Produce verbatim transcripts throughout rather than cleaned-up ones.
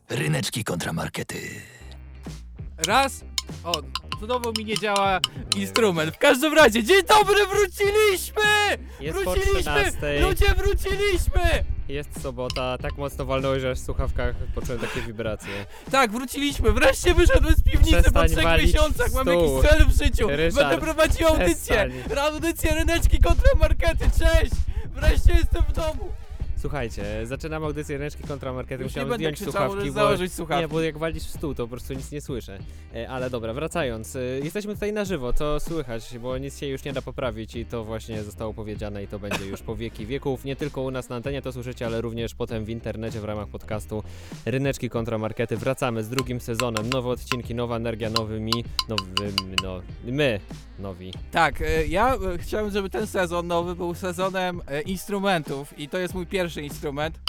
Ryneczki kontramarkety. Raz. O, znowu mi nie działa instrument. W każdym razie, dzień dobry, wróciliśmy! Jest po Wróciliśmy! trzynastej. Ludzie, wróciliśmy! Jest sobota, tak mocno walnąłeś, że aż w słuchawkach poczułem takie wibracje. Tak, wróciliśmy. Wreszcie wyszedłem z piwnicy po Przestań trzech walić miesiącach. w Mam stół. jakiś cel w życiu. Ryszard, Będę prowadził audycję. przestań. Audycję Ryneczki kontramarkety. Cześć! Wreszcie jestem w domu. Słuchajcie, zaczynamy audycję Ryneczki kontramarkety. Już nie Musiałem będę zdjąć krzyczał, słuchawki, możesz bo... założyć słuchawki. Nie, bo jak walisz w stół, to po prostu nic nie słyszę. E, ale dobra, wracając. E, jesteśmy tutaj na żywo, to słychać, bo nic się już nie da poprawić i to właśnie zostało powiedziane i to będzie już po wieki wieków. Nie tylko u nas na antenie to słyszycie, ale również potem w internecie w ramach podcastu Ryneczki kontramarkety. Wracamy z drugim sezonem, nowe odcinki, nowa energia, nowy mi, nowy, no, my, nowi. Tak, e, ja e, chciałem, żeby ten sezon nowy był sezonem e, instrumentów i to jest mój pierwszy instrument.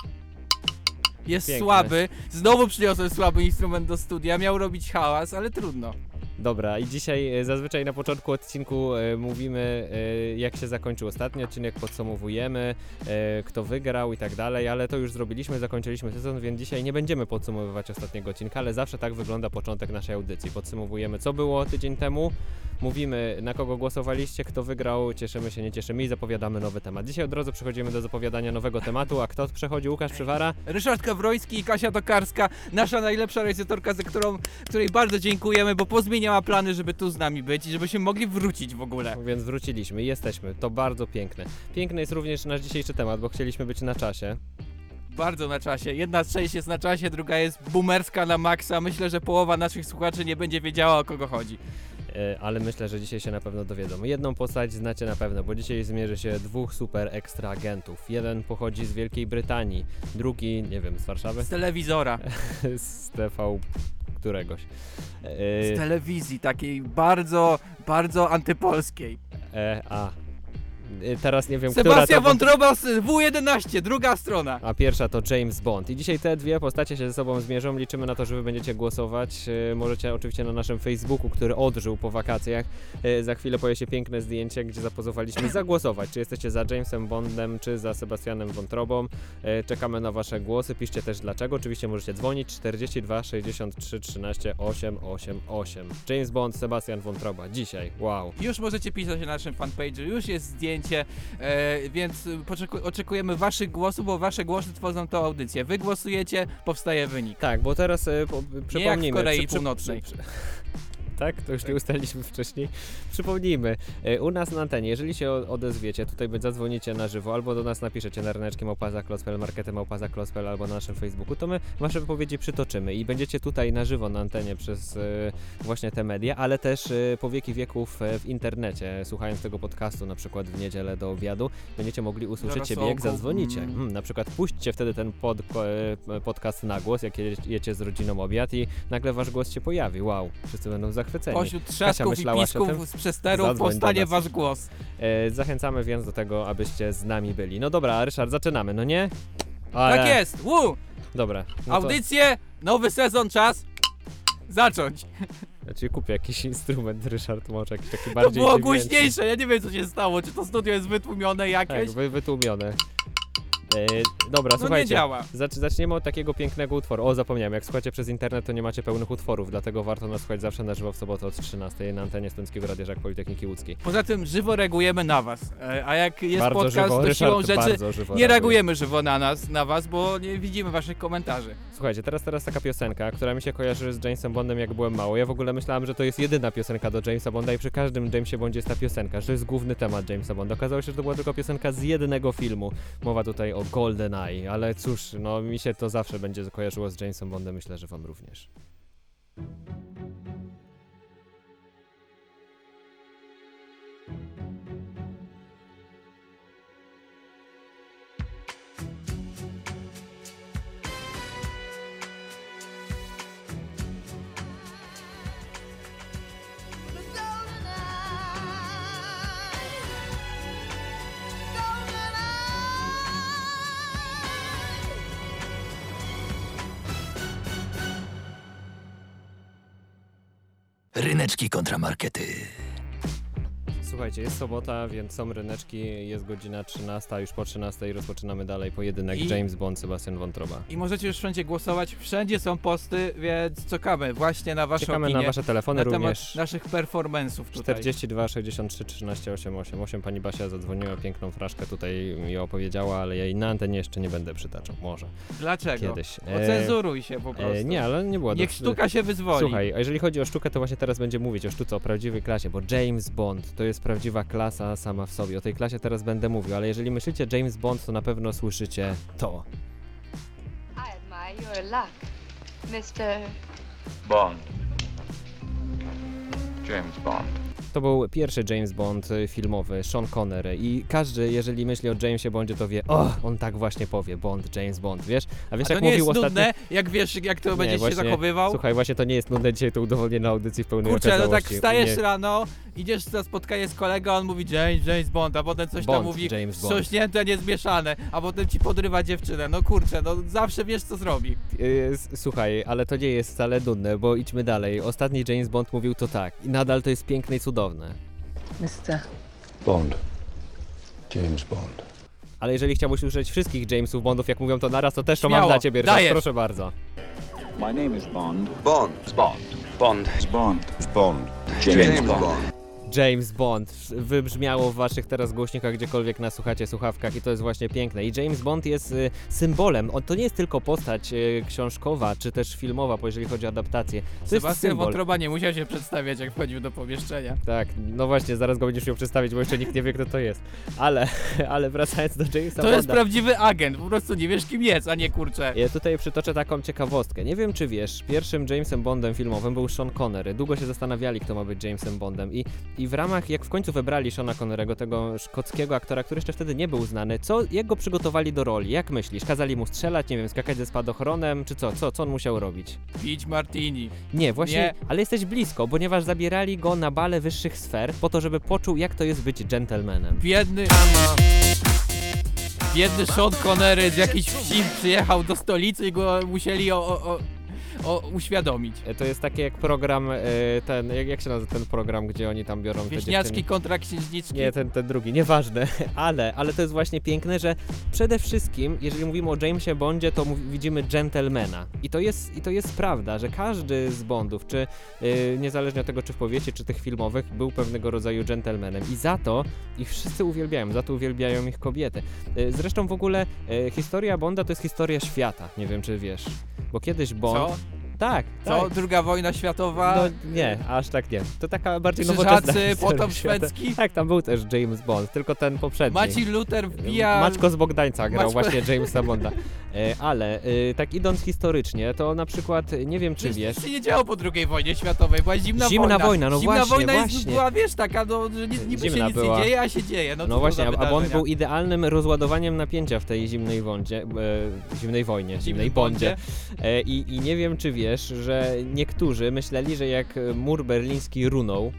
Jest Piękne. słaby. Znowu przyniosłem słaby instrument do studia. Miał robić hałas, ale trudno. Dobra, i dzisiaj e, zazwyczaj na początku odcinku e, mówimy, e, jak się zakończył ostatni odcinek, podsumowujemy, e, kto wygrał i tak dalej, ale to już zrobiliśmy, zakończyliśmy sezon, więc dzisiaj nie będziemy podsumowywać ostatniego odcinka, ale zawsze tak wygląda początek naszej audycji. Podsumowujemy, co było tydzień temu, mówimy, na kogo głosowaliście, kto wygrał, cieszymy się, nie cieszymy i zapowiadamy nowy temat. Dzisiaj od razu przechodzimy do zapowiadania nowego tematu, a kto przechodzi? Łukasz Przywara? Ryszard Kawroński i Kasia Tokarska, nasza najlepsza realizatorka, za którą, której bardzo dziękujemy, bo pozmieniała plany, żeby tu z nami być i żebyśmy mogli wrócić w ogóle. Więc wróciliśmy, jesteśmy, to bardzo piękne. Piękny jest również nasz dzisiejszy temat, bo chcieliśmy być na czasie. Bardzo na czasie. Jedna część jest na czasie, druga jest boomerska na maksa. Myślę, że połowa naszych słuchaczy nie będzie wiedziała, o kogo chodzi. E, ale myślę, że dzisiaj się na pewno dowiedzą. Jedną postać znacie na pewno, bo dzisiaj zmierzy się dwóch super ekstra agentów. Jeden pochodzi z Wielkiej Brytanii, drugi, nie wiem, z Warszawy? Z telewizora. z T V któregoś. E, Z telewizji, takiej bardzo, bardzo antypolskiej. e, a. E, teraz nie wiem, Sebastian która to... Wątroba z W jedenaście, druga strona. A pierwsza to James Bond. I dzisiaj te dwie postacie się ze sobą zmierzą. Liczymy na to, że wy będziecie głosować. E, możecie oczywiście na naszym Facebooku, który odżył po wakacjach. E, za chwilę pojawi się piękne zdjęcie, gdzie zapozowaliśmy zagłosować. Czy jesteście za Jamesem Bondem, czy za Sebastianem Wątrobą. E, czekamy na wasze głosy. Piszcie też dlaczego. Oczywiście możecie dzwonić czterdzieści dwa sześćdziesiąt trzy trzynaście osiemset osiemdziesiąt osiem. James Bond, Sebastian Wątroba. Dzisiaj. Wow. Już możecie pisać na naszym fanpage'u, już jest zdjęcie, e, więc poczeku- oczekujemy waszych głosów, bo wasze głosy tworzą tą audycję. Wy głosujecie, powstaje wynik. Tak, bo teraz e, po, przypomnijmy. Nie jak w Korei przy- Północnej. przy- przy- Tak? To już nie ustaliliśmy wcześniej. Przypomnijmy, e, u nas na antenie, jeżeli się o- odezwiecie, tutaj zadzwonicie na żywo, albo do nas napiszecie na ryneczki małpaza klospel, marketem małpaza klospel, albo na naszym Facebooku, to my wasze wypowiedzi przytoczymy i będziecie tutaj na żywo na antenie przez e, właśnie te media, ale też e, po wieki wieków e, w internecie, słuchając tego podcastu, na przykład w niedzielę do obiadu, będziecie mogli usłyszeć Do siebie, jak rosołku. zadzwonicie. Mm. Hmm, na przykład puśćcie wtedy ten pod, e, podcast na głos, jak je- jecie z rodziną obiad i nagle wasz głos się pojawi. Wow, wszyscy będą zachwyceni. Pośród trzasków i myślałaś o tym? pisków z przesterów Zadzwoń do powstanie nas. wasz głos. E, zachęcamy więc do tego, abyście z nami byli. No dobra, Ryszard, zaczynamy, no nie? Ale... Tak jest! Woo! Dobra. No to, Audycję, nowy sezon, czas zacząć. ja ci kupię jakiś instrument, Ryszard, może jakiś taki To bardziej było dźwięczny. głośniejsze, ja nie wiem co się stało, czy to studio jest wytłumione jakieś? Tak, wy, wytłumione. E, dobra, No nie słuchajcie. działa. Zacz, zaczniemy od takiego pięknego utworu. O, zapomniałem, jak słuchacie przez internet, to nie macie pełnych utworów, dlatego warto nas słuchać zawsze na żywo w sobotę od trzynastej na antenie Studenckiego Radia Żak Politechniki Łódzkiej. Poza tym żywo reagujemy na was, e, a jak jest Bardzo podcast, żywo, to Ryszard siłą rzeczy bardzo żywo nie reaguje. reagujemy żywo na nas, na was, bo nie widzimy waszych komentarzy. Słuchajcie, teraz teraz taka piosenka, która mi się kojarzy z Jamesem Bondem, jak byłem mało. Ja w ogóle myślałem, że to jest jedyna piosenka do Jamesa Bonda i przy każdym Jamesie Bondzie jest ta piosenka, że to jest główny temat Jamesa Bonda. Okazało się, że to była tylko piosenka z jednego filmu. Mowa tutaj o GoldenEye, ale cóż, no mi się to zawsze będzie kojarzyło z Jamesem Bondem, myślę, że wam również. Ryneczki kontramarkety. Słuchajcie, jest sobota, więc są ryneczki, jest godzina trzynasta, już po trzynastej rozpoczynamy dalej pojedynek I- James Bond, Sebastian Wątroba. I możecie już wszędzie głosować, wszędzie są posty, więc czekamy właśnie na wasze Czekamy opinie, na wasze telefony na temat również. naszych performance'ów tutaj. czterdzieści dwa sześćdziesiąt trzy trzynaście osiemdziesiąt osiem. Pani Basia zadzwoniła, piękną fraszkę tutaj mi opowiedziała, ale ja jej na antenie jeszcze nie będę przytaczał. Może Dlaczego? kiedyś. Ocenzuruj się po prostu. E, nie, ale nie było. Niech do- sztuka się wyzwoli. Słuchaj, a jeżeli chodzi o sztukę, to właśnie teraz będzie mówić o sztuce, o prawdziwej klasie, bo James Bond to jest prawdziwa klasa sama w sobie. O tej klasie teraz będę mówił, ale jeżeli myślicie James Bond, to na pewno słyszycie to. I admire your luck, mister Bond. James Bond. To był pierwszy James Bond y, filmowy, Sean Connery i każdy, jeżeli myśli o Jamesie Bondzie, to wie, o, on tak właśnie powie, Bond, James Bond, wiesz? A wiesz, A jak to nie mówił jest ostatnio... nudne, jak wiesz, jak to będziesz się właśnie- zachowywał? Słuchaj, właśnie to nie jest nudne, dzisiaj to udowodnię na audycji w pełnej Kurczę, no tak okazałości. wstajesz Nie- rano, idziesz na spotkanie z kolegą, on mówi James, James Bond, a potem coś Bond, tam mówi James Bond. wstrząśnięte, niezmieszane, a potem ci podrywa dziewczynę. No kurczę, no zawsze wiesz co zrobi. Y, s- Słuchaj, ale to nie jest wcale nudne, bo idźmy dalej. Ostatni James Bond mówił to tak i nadal to jest piękne i cudowne. mister Bond. James Bond. Ale jeżeli chciałbyś usłyszeć wszystkich Jamesów Bondów, jak mówią to naraz, to też to Śmiało, mam dla ciebie, Ryszard, dajesz. proszę bardzo. My name is Bond. Bond. Bond. Bond. Bond. Bond. James, Bond. James Bond wybrzmiało w waszych teraz głośnikach, gdziekolwiek nas słuchacie, słuchawkach i to jest właśnie piękne. I James Bond jest y, symbolem, on to nie jest tylko postać y, książkowa, czy też filmowa, bo jeżeli chodzi o adaptację. To jest Sebastian symbol. Wątroba nie musiał się przedstawiać, jak wchodził do pomieszczenia. Tak, no właśnie, zaraz go będziesz miał przedstawić, bo jeszcze nikt nie wie, kto to jest. Ale, ale wracając do Jamesa To Bonda. jest prawdziwy agent, po prostu nie wiesz kim jest, a nie kurczę. Ja tutaj przytoczę taką ciekawostkę. Nie wiem, czy wiesz, pierwszym Jamesem Bondem filmowym był Sean Connery. Długo się zastanawiali, kto ma być Jamesem Bondem i, i w ramach, jak w końcu wybrali Seana Connerego, tego szkockiego aktora, który jeszcze wtedy nie był znany, co, jak go przygotowali do roli? Jak myślisz? Kazali mu strzelać, nie wiem, skakać ze spadochronem, czy co? Co, co on musiał robić? Pić martini. Nie, właśnie, Nie. ale jesteś blisko, ponieważ zabierali go na bale wyższych sfer po to, żeby poczuł, jak to jest być gentlemanem. Biedny... Biedny Sean Connery z jakiejś wsi przyjechał do stolicy i go musieli o, o, o, o uświadomić. E, To jest takie jak program, e, ten, jak, jak się nazywa ten program, gdzie oni tam biorą te Wieśniaczki dziewczyny? kontra księżniczki. Nie, ten, ten drugi, nieważne, ale, ale to jest właśnie piękne, że przede wszystkim, jeżeli mówimy o Jamesie Bondzie, to mów, widzimy gentlemana. I to jest, i to jest prawda, że każdy z Bondów, czy yy, niezależnie od tego, czy w powiecie, czy tych filmowych, był pewnego rodzaju gentlemanem. I za to ich wszyscy uwielbiają, za to uwielbiają ich kobiety. Yy, zresztą w ogóle yy, historia Bonda to jest historia świata, nie wiem, czy wiesz. Bo kiedyś Bond... Co? Tak, Co? tak. Druga wojna światowa? No nie, aż tak nie. To taka bardziej nowoczesna Krzyżacy, historia potop świata. szwedzki? Tak, tam był też James Bond, tylko ten poprzedni. Marcin Luther wbija... Maćko z Bogdańca grał Maćko- właśnie Jamesa Bonda. E, ale e, tak idąc historycznie, to na przykład, nie wiem czy wiesz, To się nie działo po drugiej wojnie światowej, była zimna, Zimna wojna. wojna, no zimna właśnie, wojna jest, właśnie. była, wiesz, taka, no, że nic, niby się Zimna nic była. nie dzieje, a się dzieje. No, no co właśnie, za a, a Bond wydarzenia. był idealnym rozładowaniem napięcia w tej zimnej wądzie, e, zimnej wojnie, zimnej Bondzie. E, i, I nie wiem czy wiesz, że niektórzy myśleli, że jak mur berliński runął,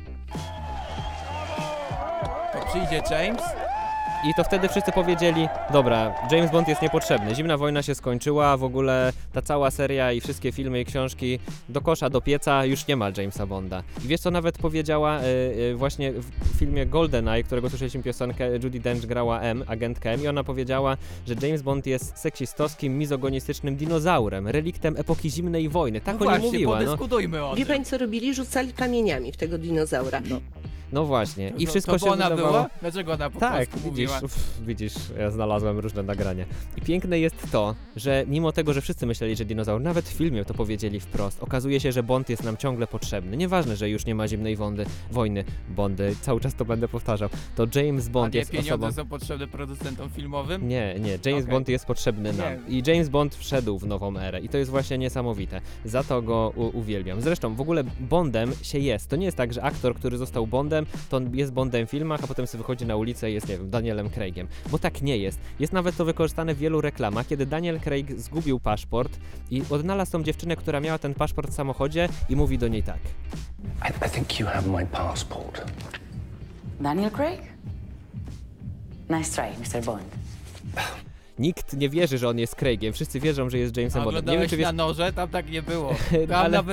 To przyjdzie James. i to wtedy wszyscy powiedzieli, dobra, James Bond jest niepotrzebny, zimna wojna się skończyła, w ogóle ta cała seria i wszystkie filmy i książki do kosza, do pieca, już nie ma Jamesa Bonda. I wiesz co nawet powiedziała y, y, właśnie w filmie GoldenEye, którego słyszeliśmy piosenkę, Judi Dench grała M, agentkę M, i ona powiedziała, że James Bond jest seksistowskim, mizogonistycznym dinozaurem, reliktem epoki zimnej wojny. Tak No o nim właśnie, mówiła. No, podyskutujmy o Wie tym. pani co robili? Rzucali kamieniami w tego dinozaura. no właśnie, i To- wszystko to się bo ona wydawało... była? Dlaczego ona po Tak, polsku widzisz, mówiła? uff, widzisz, ja znalazłem różne nagrania. I piękne jest to, że mimo tego, że wszyscy myśleli, że dinozaur, nawet w filmie to powiedzieli wprost, okazuje się, że Bond jest nam ciągle potrzebny. Nieważne, że już nie ma zimnej wądy, wojny, Bondy, cały czas to będę powtarzał. To James A Bond nie jest pieniądze osobą... są potrzebne producentom filmowym? Nie, nie, James Okej. Bond jest potrzebny nam. Nie. I James Bond wszedł w nową erę i to jest właśnie niesamowite. Za to go u- uwielbiam. Zresztą w ogóle Bondem się jest. To nie jest tak, że aktor, który został Bondem, to on jest Bondem w filmach, a potem sobie wychodzi na ulicę i jest, nie wiem, Danielem Craigiem. Bo tak nie jest. Jest nawet to wykorzystane w wielu reklamach, kiedy Daniel Craig zgubił paszport i odnalazł tą dziewczynę, która miała ten paszport w samochodzie i mówi do niej tak. I, I think you have my passport. Daniel Craig? Nice try, mister Bond. Nikt nie wierzy, że on jest Craigiem. Wszyscy wierzą, że jest Jamesem A Bondem. Nie wiem, oglądałeś czy wiesz... na noże? Tam tak nie było. Tam Ale- nawet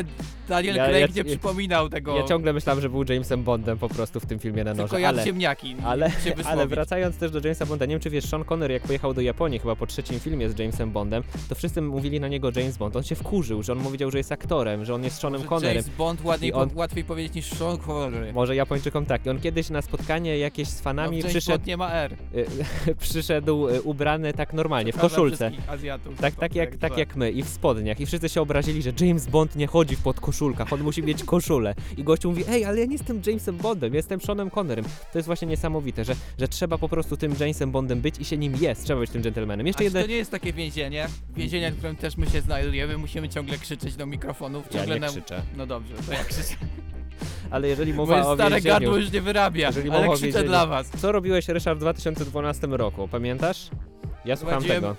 Daniel Ja- Craig ja- nie ja- przypominał tego. Ja ciągle myślałem, że był Jamesem Bondem po prostu w tym filmie na Tylko noże, jak ale... ziemniaki. Ale, się ale wysłowić. wracając też do Jamesa Bonda, nie wiem czy wiesz, Sean Connery jak pojechał do Japonii chyba po trzecim filmie z Jamesem Bondem, to wszyscy mówili na niego James Bond. On się wkurzył, że on powiedział, że jest aktorem, że on jest Seanem Może Connerem. James Bond ładniej, I on- po, łatwiej powiedzieć niż Sean Connery. Może Japończykom tak. I on kiedyś na spotkanie jakieś z No, fanami James przyszedł, Bond nie ma R. y, przyszedł y, ubrany tak normalnie, w Przepraszam koszulce. wszystkich Azjatów. Tak, tak, jak, tak złe. jak my i w spodniach i wszyscy się obrazili, że James Bond nie chodzi w podkoszulkach, on musi mieć koszulę i gościu mówi, ej, ale ja nie jestem Jamesem Bondem, jestem Seanem Connerem. To jest właśnie niesamowite, że, że trzeba po prostu tym Jamesem Bondem być i się nim jest, trzeba być tym gentlemanem. Jeszcze A czy jeden... to nie jest takie więzienie? Więzienie, w którym też my się znajdujemy, musimy ciągle krzyczeć do mikrofonów. Ja Ciągle nie nam... krzyczę, No dobrze, to ja krzyczę. ale jeżeli mowa Moje o stare więzieniu... gardło już nie wyrabia, Jeżeli ale mowa o krzyczę więzieniu. dla was. Co robiłeś, Ryszard, w dwa tysiące dwunastym roku? Pamiętasz? Ja słucham Prowadziłem- tego.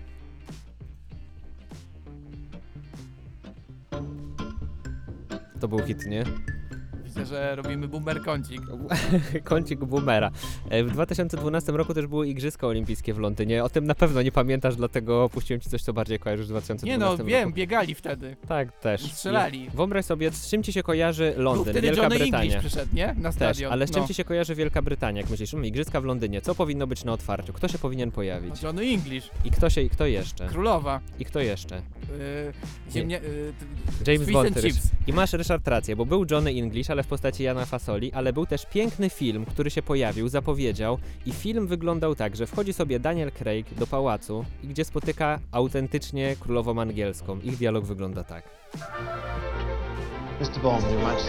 To był hit, nie? Widzę, że robimy boomer kącik. Kącik boomera. E, W dwa tysiące dwunastym roku też były Igrzyska Olimpijskie w Londynie. O tym na pewno nie pamiętasz, dlatego puściłem ci coś, co bardziej kojarzysz w dwa tysiące Nie dwunastym no, roku. wiem, biegali wtedy. Tak, też. I strzelali. I Wyobraź sobie, z czym ci się kojarzy Był Londyn, wtedy Wielka Johnny Brytania. English przyszedł, nie? Na Też, stadion. ale z czym no. ci się kojarzy Wielka Brytania, jak myślisz? Mm, Igrzyska w Londynie, co powinno być na otwarciu? Kto się powinien pojawić? Johnny English, I kto się, i kto jeszcze? królowa, I kto jeszcze? yy, ziemnia... Yy, t- James Fish Bond. and Rysz. chips. I masz, Ryszard, rację, bo był Johnny English, ale w postaci Jana Fasoli, ale był też piękny film, który się pojawił, zapowiedział i film wyglądał tak, że wchodzi sobie Daniel Craig do pałacu i gdzie spotyka autentycznie królową angielską. Ich dialog wygląda tak. mister Bond, Your Majesty.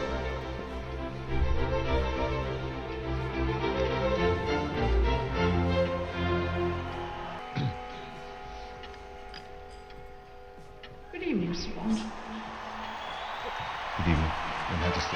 Good evening, Mister Bond. Good evening, Your Majesty.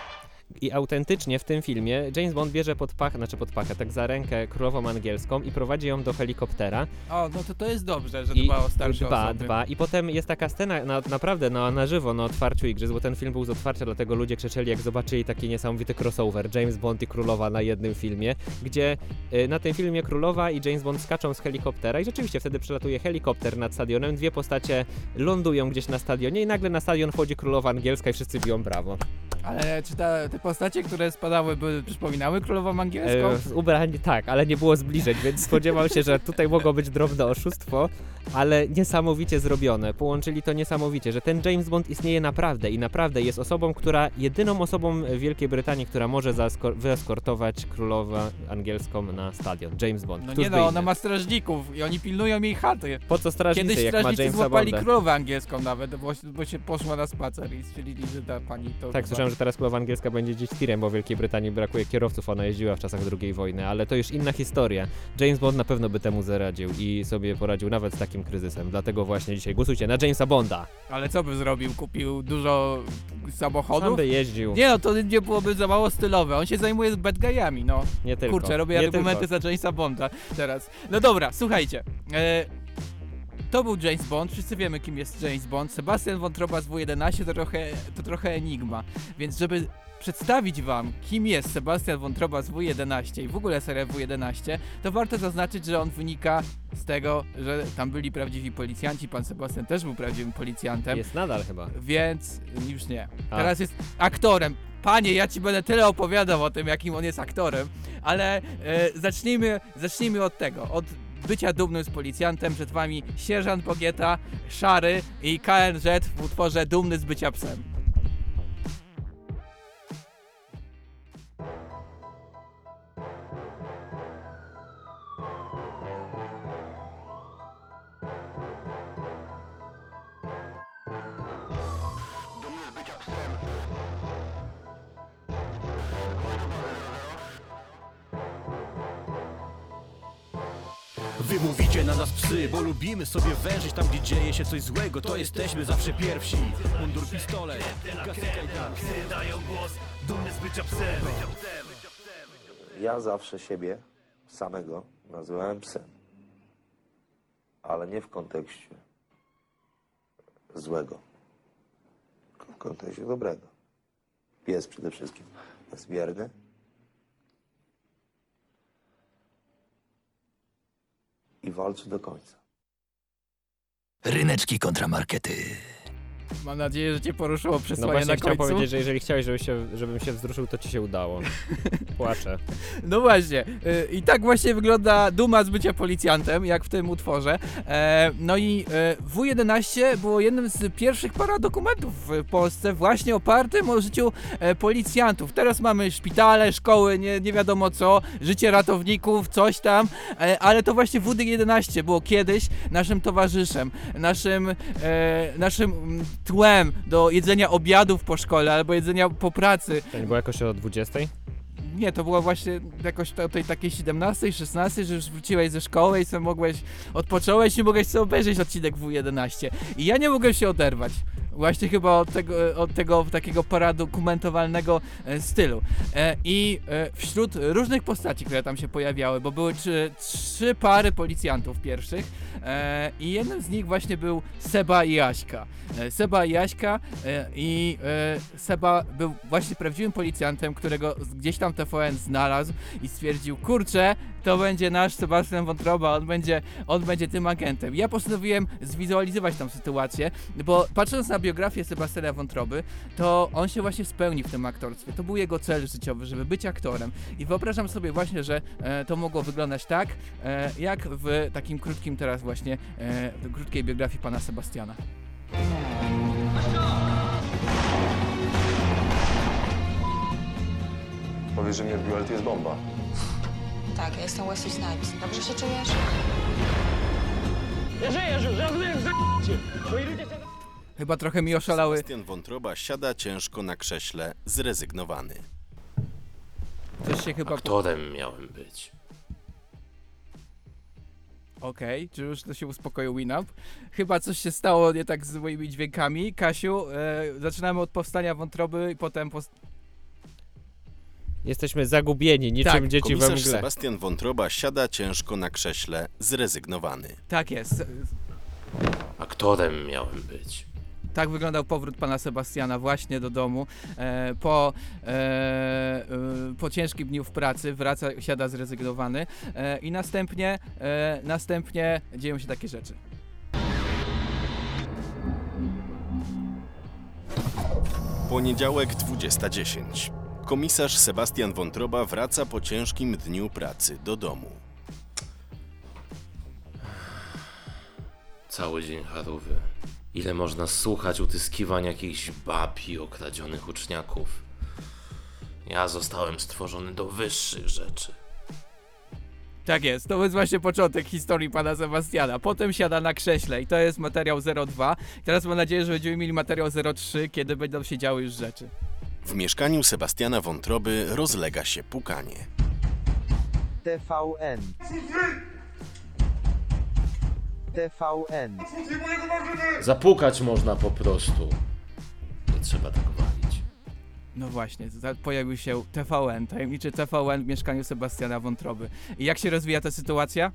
I autentycznie w tym filmie James Bond bierze pod pachę, znaczy pod pachę, tak za rękę królową angielską i prowadzi ją do helikoptera. O, no to to jest dobrze, że I dba o starsze dba, osoby. dba. I potem jest taka scena na, naprawdę na, na żywo, na otwarciu igrzysk, bo ten film był z otwarcia, dlatego ludzie krzyczeli, jak zobaczyli taki niesamowity crossover, James Bond i królowa na jednym filmie, gdzie y, na tym filmie królowa i James Bond skaczą z helikoptera i rzeczywiście wtedy przelatuje helikopter nad stadionem, dwie postacie lądują gdzieś na stadionie i nagle na stadion wchodzi królowa angielska i wszyscy biją brawo. Ale czy ta, te postacie, które spadały, były, przypominały królową angielską? E, ubrani tak, ale nie było zbliżeń, więc spodziewam się, że tutaj mogło być drobne oszustwo, ale niesamowicie zrobione. Połączyli to niesamowicie, że ten James Bond istnieje naprawdę i naprawdę jest osobą, która, jedyną osobą w Wielkiej Brytanii, która może zaskor- wyeskortować królową angielską na stadion. James Bond. No Któż nie by no, inny? ona ma strażników i oni pilnują jej chaty. Po co strażnicy, Kiedyś jak ma strażnicy Jamesa złapali Bonda? królowę angielską nawet, bo, bo się poszła na spacer i stwierdzili, że ta pani to... Tak, chyba- słyszałem, że teraz królowa angielska będzie jeździć tirem, bo w Wielkiej Brytanii brakuje kierowców, ona jeździła w czasach drugiej wojny, ale to już inna historia. James Bond na pewno by temu zaradził i sobie poradził nawet z takim kryzysem, dlatego właśnie dzisiaj głosujcie na Jamesa Bonda. Ale co by zrobił? Kupił dużo Sam samochodów? by jeździł, nie, Nie no, to nie byłoby za mało stylowe. On się zajmuje z bad guyami, no. tylko. Kurczę, robię nie argumenty tylko. za Jamesa Bonda teraz. No dobra, słuchajcie. E, to był James Bond, wszyscy wiemy kim jest James Bond. Sebastian Wątroba z W jedenaście to trochę, to trochę enigma. Więc żeby przedstawić wam kim jest Sebastian Wątroba z W jedenaście i w ogóle seria W jedenaście, to warto zaznaczyć, że on wynika z tego, że tam byli prawdziwi policjanci, pan Sebastian też był prawdziwym policjantem. Jest nadal chyba. Więc już nie. A. Teraz jest aktorem. Panie, ja ci będę tyle opowiadał o tym, jakim on jest aktorem, ale e, zacznijmy, zacznijmy od tego, od bycia dumnym z policjantem. Przed wami sierżant Bogieta, Szary i K N Z w utworze Dumny z bycia psem. Wy mówicie na nas psy, bo lubimy sobie wężyć tam, gdzie dzieje się coś złego, to jesteśmy zawsze pierwsi. Mundur, pistolet, klasyka i tak. Psy dają głos, dumny z bycia psem. Ja zawsze siebie samego nazywałem psem, ale nie w kontekście złego, tylko w kontekście dobrego. Pies przede wszystkim jest wierny, i walczy do końca. Ryneczki kontra markety. Mam nadzieję, że cię poruszyło No przesłanie właśnie na chciałem końcu. powiedzieć, że jeżeli chciałeś, żeby się, żebym się wzruszył, to ci się udało. Płaczę. No właśnie. y, I tak właśnie wygląda duma z bycia policjantem, jak w tym utworze. E, no i e, W jedenaście było jednym z pierwszych paradokumentów w Polsce, właśnie opartym o życiu e, policjantów. Teraz mamy szpitale, szkoły, nie, nie wiadomo co, życie ratowników, coś tam, e, ale to właśnie W jedenaście było kiedyś naszym towarzyszem, naszym, e, naszym mm, tłem do jedzenia obiadów po szkole albo jedzenia po pracy. To nie było jakoś o dwudziestej? Nie, to było właśnie jakoś o tej takiej siedemnastej, szesnastej, że już wróciłeś ze szkoły i sobie mogłeś, odpocząłeś i mogłeś sobie obejrzeć odcinek W jedenaście. I ja nie mogłem się oderwać. Właśnie chyba od tego, od tego takiego paradokumentowalnego e, stylu. E, I e, wśród różnych postaci, które tam się pojawiały, bo były trzy, trzy pary policjantów pierwszych e, i jednym z nich właśnie był Seba i Jaśka. E, Seba i Jaśka e, i e, Seba był właśnie prawdziwym policjantem, którego gdzieś tam T V N znalazł i stwierdził, kurczę, to będzie nasz Sebastian Wątroba, on będzie, on będzie tym agentem. Ja postanowiłem zwizualizować tą sytuację, bo patrząc na biografię Sebastiana Wątroby, to on się właśnie spełni w tym aktorstwie. To był jego cel życiowy, żeby być aktorem. I wyobrażam sobie właśnie, że e, to mogło wyglądać tak, e, jak w takim krótkim teraz właśnie, e, krótkiej biografii pana Sebastiana. Powiedz, że mnie wbił, ale to jest bomba. Tak, ja jestem Wesley Snipes. Dobrze się czujesz? Ja żyję, że żadnych z***cie! Chyba trochę mi oszalały. Sebastian Wątroba siada ciężko na krześle, zrezygnowany. Coś się chyba... Aktorem miałem być. Okej, okay, czy już to się uspokoił Winamp? Chyba coś się stało nie tak z moimi dźwiękami. Kasiu, e, zaczynamy od powstania Wątroby i potem... Post- Jesteśmy zagubieni, niczym tak, dzieci we Komisarz mgle. Sebastian Wątroba siada ciężko na krześle, zrezygnowany. Tak jest. Aktorem miałem być. Tak wyglądał powrót pana Sebastiana właśnie do domu. E, po, e, e, po ciężkim dniu w pracy wraca, siada zrezygnowany e, i następnie, e, następnie dzieją się takie rzeczy. Poniedziałek dwudziesta dziesięć. Komisarz Sebastian Wątroba wraca po ciężkim dniu pracy do domu. Cały dzień charówy. Ile można słuchać utyskiwań jakichś bab i okradzionych uczniaków? Ja zostałem stworzony do wyższych rzeczy. Tak jest, to jest właśnie początek historii pana Sebastiana. Potem siada na krześle i to jest materiał zero dwa. Teraz mam nadzieję, że będziemy mieli materiał zero trzy, kiedy będą się działy już rzeczy. W mieszkaniu Sebastiana Wątroby rozlega się pukanie. T V N. T V N. Zapukać można po prostu. Nie trzeba tak walić. No właśnie, za- pojawił się T V N, tajemniczy T V N w mieszkaniu Sebastiana Wątroby. I jak się rozwija ta sytuacja?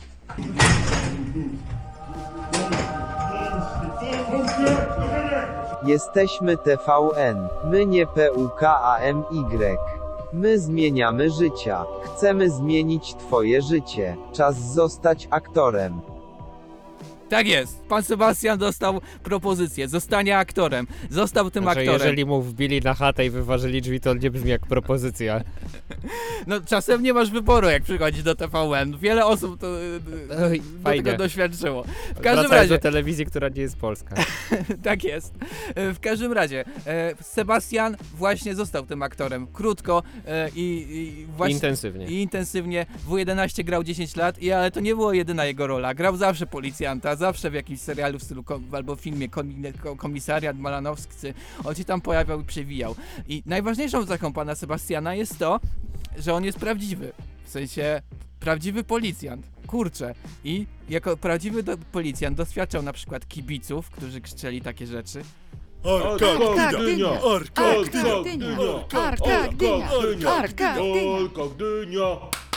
Jesteśmy T V N. My nie P U K A M Y. My zmieniamy życia. Chcemy zmienić twoje życie. Czas zostać aktorem. Tak jest, pan Sebastian dostał propozycję, zostanie aktorem, został tym Znaczy, aktorem. jeżeli mu wbili na chatę i wyważyli drzwi, to nie brzmi jak propozycja. No czasem nie masz wyboru, jak przychodzi do T V N. Wiele osób to, Oj, do fajnie. tego doświadczyło. W każdym Wracając razie, do telewizji, która nie jest polska. tak jest. W każdym razie, e, Sebastian właśnie został tym aktorem. Krótko e, i, i właśnie... Intensywnie. I intensywnie. W jedenaście grał dziesięć lat, i, ale to nie była jedyna jego rola. Grał zawsze policjanta, zawsze w jakimś serialu w stylu kom, albo filmie komi, Komisariat Malanowski. On się tam pojawiał i przewijał. I najważniejszą cechą pana Sebastiana jest to, że on jest prawdziwy. W sensie prawdziwy policjant. Kurczę. I jako prawdziwy do, policjant doświadczał na przykład kibiców, którzy krzyczeli takie rzeczy. Arka Gdynia! Arka Gdynia! Arka Gdynia! Arka Gdynia! Arka Gdynia!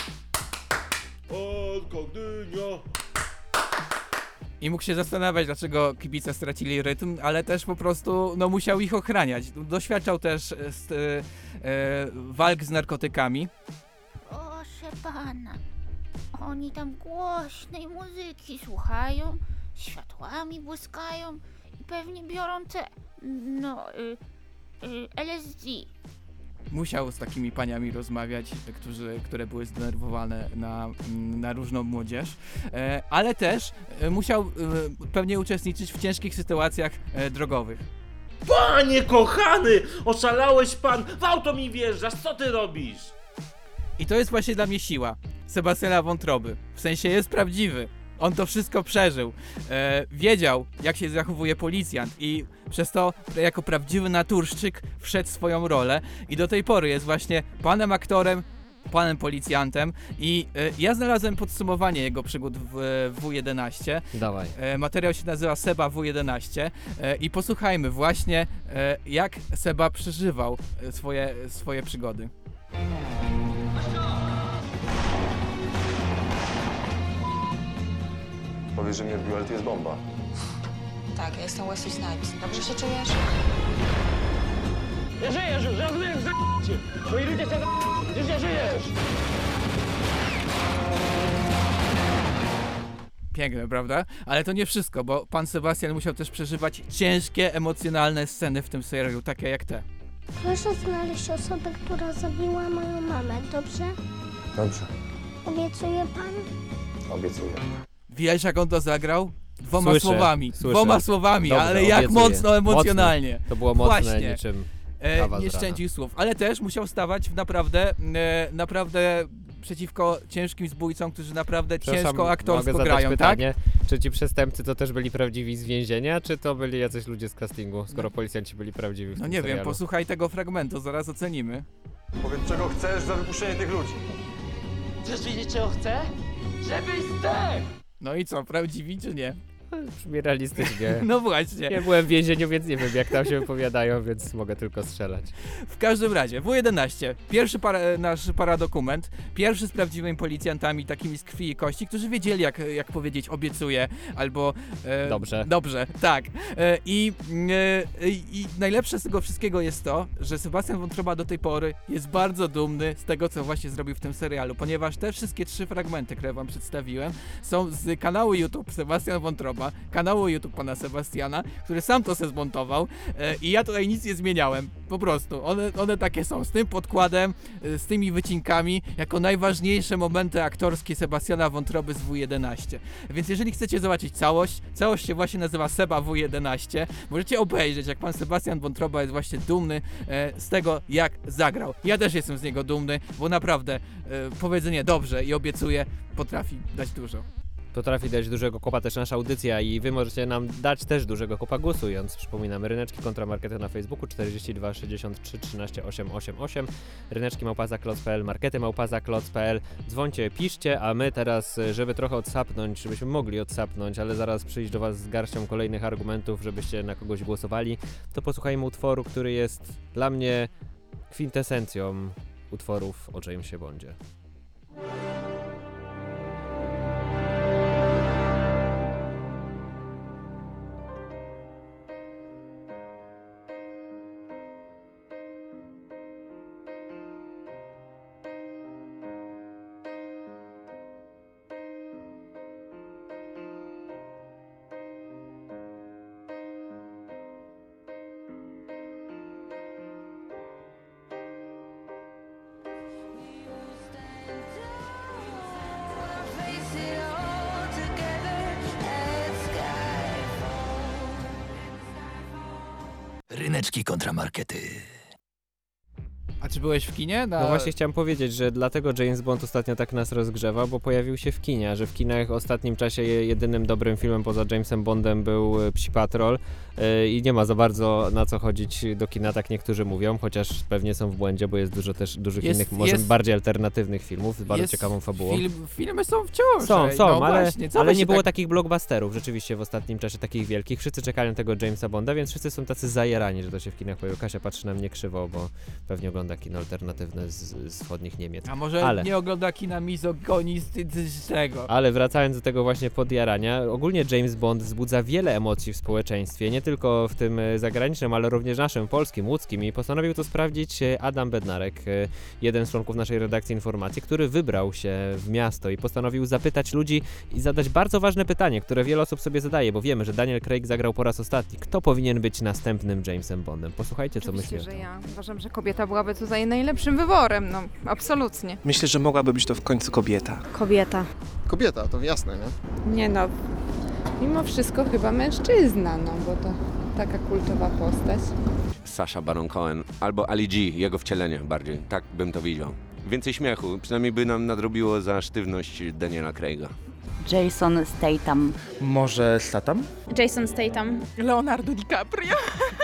Arka Gdynia! I mógł się zastanawiać, dlaczego kibice stracili rytm, ale też po prostu no, musiał ich ochraniać. Doświadczał też e, st, e, e, walk z narkotykami. Proszę pana, oni tam głośnej muzyki słuchają, światłami błyskają i pewnie biorą te, no, y, y, L S D. Musiał z takimi paniami rozmawiać, którzy, które były zdenerwowane na, na różną młodzież, e, ale też e, musiał e, pewnie uczestniczyć w ciężkich sytuacjach e, drogowych. Panie kochany! Oszalałeś pan! W auto mi wjeżdżasz! Co ty robisz? I to jest właśnie dla mnie siła Sebastiana Wątroby. W sensie jest prawdziwy. On to wszystko przeżył. E, wiedział, jak się zachowuje policjant i przez to jako prawdziwy naturszczyk wszedł w swoją rolę i do tej pory jest właśnie panem aktorem, panem policjantem i e, ja znalazłem podsumowanie jego przygód w w W jedenaście. Dawaj. E, materiał się nazywa Seba W jedenaście e, i posłuchajmy właśnie e, jak Seba przeżywał e, swoje, swoje przygody. Powiesz, że mnie odbiło, ale to jest bomba. Tak, ja jestem Wesley Snipes. Dobrze się czujesz? Nie żyjesz już, żadnych z***cie! Twoi ludzie cię z***cie, już nie żyjesz! Piękne, prawda? Ale to nie wszystko, bo pan Sebastian musiał też przeżywać ciężkie, emocjonalne sceny w tym serialu, takie jak te. Proszę znaleźć osobę, która zabiła moją mamę, dobrze? Dobrze, Obiecuje pan? obiecuję. Wiesz, jak on to zagrał? Dwoma Słyszę, słowami, słyszę. dwoma słowami, Dobrze, ale jak obiecuję. mocno emocjonalnie. Mocne. To było mocne Właśnie. niczym E, kawa z nie rana. szczędził słów, ale też musiał stawać w naprawdę, e, naprawdę przeciwko ciężkim zbójcom, którzy naprawdę Przepraszam, ciężko aktorsko mogę zadać grają, pytanie, tak? Czy ci przestępcy to też byli prawdziwi z więzienia, czy to byli jacyś ludzie z castingu, skoro policjanci byli prawdziwi w No tym nie serialu? wiem, posłuchaj tego fragmentu, zaraz ocenimy. Powiedz, czego chcesz za wypuszczenie tych ludzi. Chcesz wiedzieć, czego chcę? Żebyś zdechł! No i co, prawdziwi czy nie? Brzmi realistycznie. No właśnie. Nie byłem w więzieniu, więc nie wiem, jak tam się wypowiadają, więc mogę tylko strzelać. W każdym razie, W jedenaście, pierwszy para, nasz paradokument, pierwszy z prawdziwymi policjantami, takimi z krwi i kości, którzy wiedzieli, jak, jak powiedzieć obiecuję, albo... E, Dobrze. Dobrze, tak. E, i, e, I najlepsze z tego wszystkiego jest to, że Sebastian Wątroba do tej pory jest bardzo dumny z tego, co właśnie zrobił w tym serialu, ponieważ te wszystkie trzy fragmenty, które wam przedstawiłem, są z kanału YouTube Sebastian Wątroba, kanału YouTube pana Sebastiana, który sam to se zmontował e, i ja tutaj nic nie zmieniałem, po prostu, one, one takie są, z tym podkładem, e, z tymi wycinkami, jako najważniejsze momenty aktorskie Sebastiana Wątroby z W jedenaście. Więc jeżeli chcecie zobaczyć całość, całość się właśnie nazywa Seba W jedenaście, możecie obejrzeć, jak pan Sebastian Wątroba jest właśnie dumny e, z tego, jak zagrał. Ja też jestem z niego dumny, bo naprawdę e, powiedzenie dobrze i obiecuję potrafi dać dużo. Potrafi dać dużego kopa też nasza audycja i wy możecie nam dać też dużego kopa głosując. Przypominamy, Ryneczki kontra Markety na Facebooku czterdzieści dwa sześćdziesiąt trzy trzynaście osiemset osiemdziesiąt osiem, Ryneczki małpa kloc kropka p l, Markety małpa kloc kropka p l. Dzwońcie, piszcie, a my teraz, żeby trochę odsapnąć, żebyśmy mogli odsapnąć, ale zaraz przyjść do was z garścią kolejnych argumentów, żebyście na kogoś głosowali, to posłuchajmy utworu, który jest dla mnie kwintesencją utworów o Jamesie Bondzie. Ryneczki kontra Markety. A czy byłeś w kinie? Na... No właśnie chciałem powiedzieć, że dlatego James Bond ostatnio tak nas rozgrzewa, bo pojawił się w kinie, że w kinach w ostatnim czasie jedynym dobrym filmem poza Jamesem Bondem był Psi Patrol yy, i nie ma za bardzo na co chodzić do kina, tak niektórzy mówią, chociaż pewnie są w błędzie, bo jest dużo też dużych Jest- innych, może jest- bardziej alternatywnych filmów z bardzo jest ciekawą fabułą. Film, filmy są wciąż. Są, ej, są, no ale, właśnie, co ale wy się nie było tak... takich blockbusterów rzeczywiście w ostatnim czasie, takich wielkich. Wszyscy czekają na tego Jamesa Bonda, więc wszyscy są tacy zajerani, że to się w kinach pojawiło. Kasia patrzy na mnie krzywo, bo pewnie ogląda ogląda kino alternatywne z, z wschodnich Niemiec. A może ale, nie ogląda kina mizogonistycznego? ale wracając do tego właśnie podjarania, ogólnie James Bond wzbudza wiele emocji w społeczeństwie, nie tylko w tym zagranicznym, ale również naszym, polskim, łódzkim i postanowił to sprawdzić Adam Bednarek, jeden z członków naszej redakcji informacji, który wybrał się w miasto i postanowił zapytać ludzi i zadać bardzo ważne pytanie, które wiele osób sobie zadaje, bo wiemy, że Daniel Craig zagrał po raz ostatni. Kto powinien być następnym Jamesem Bondem? Posłuchajcie, co myśli. Oczywiście, że ja uważam, że kobieta byłaby tutaj najlepszym wyborem, no absolutnie. Myślę, że mogłaby być to w końcu kobieta. Kobieta. Kobieta, to jasne, nie? Nie no, mimo wszystko chyba mężczyzna, no bo to taka kultowa postać. Sacha Baron Cohen albo Ali G, jego wcielenie bardziej, tak bym to widział. Więcej śmiechu, przynajmniej by nam nadrobiło za sztywność Daniela Craiga. Jason Statham. Może Statham? Jason Statham. Leonardo DiCaprio.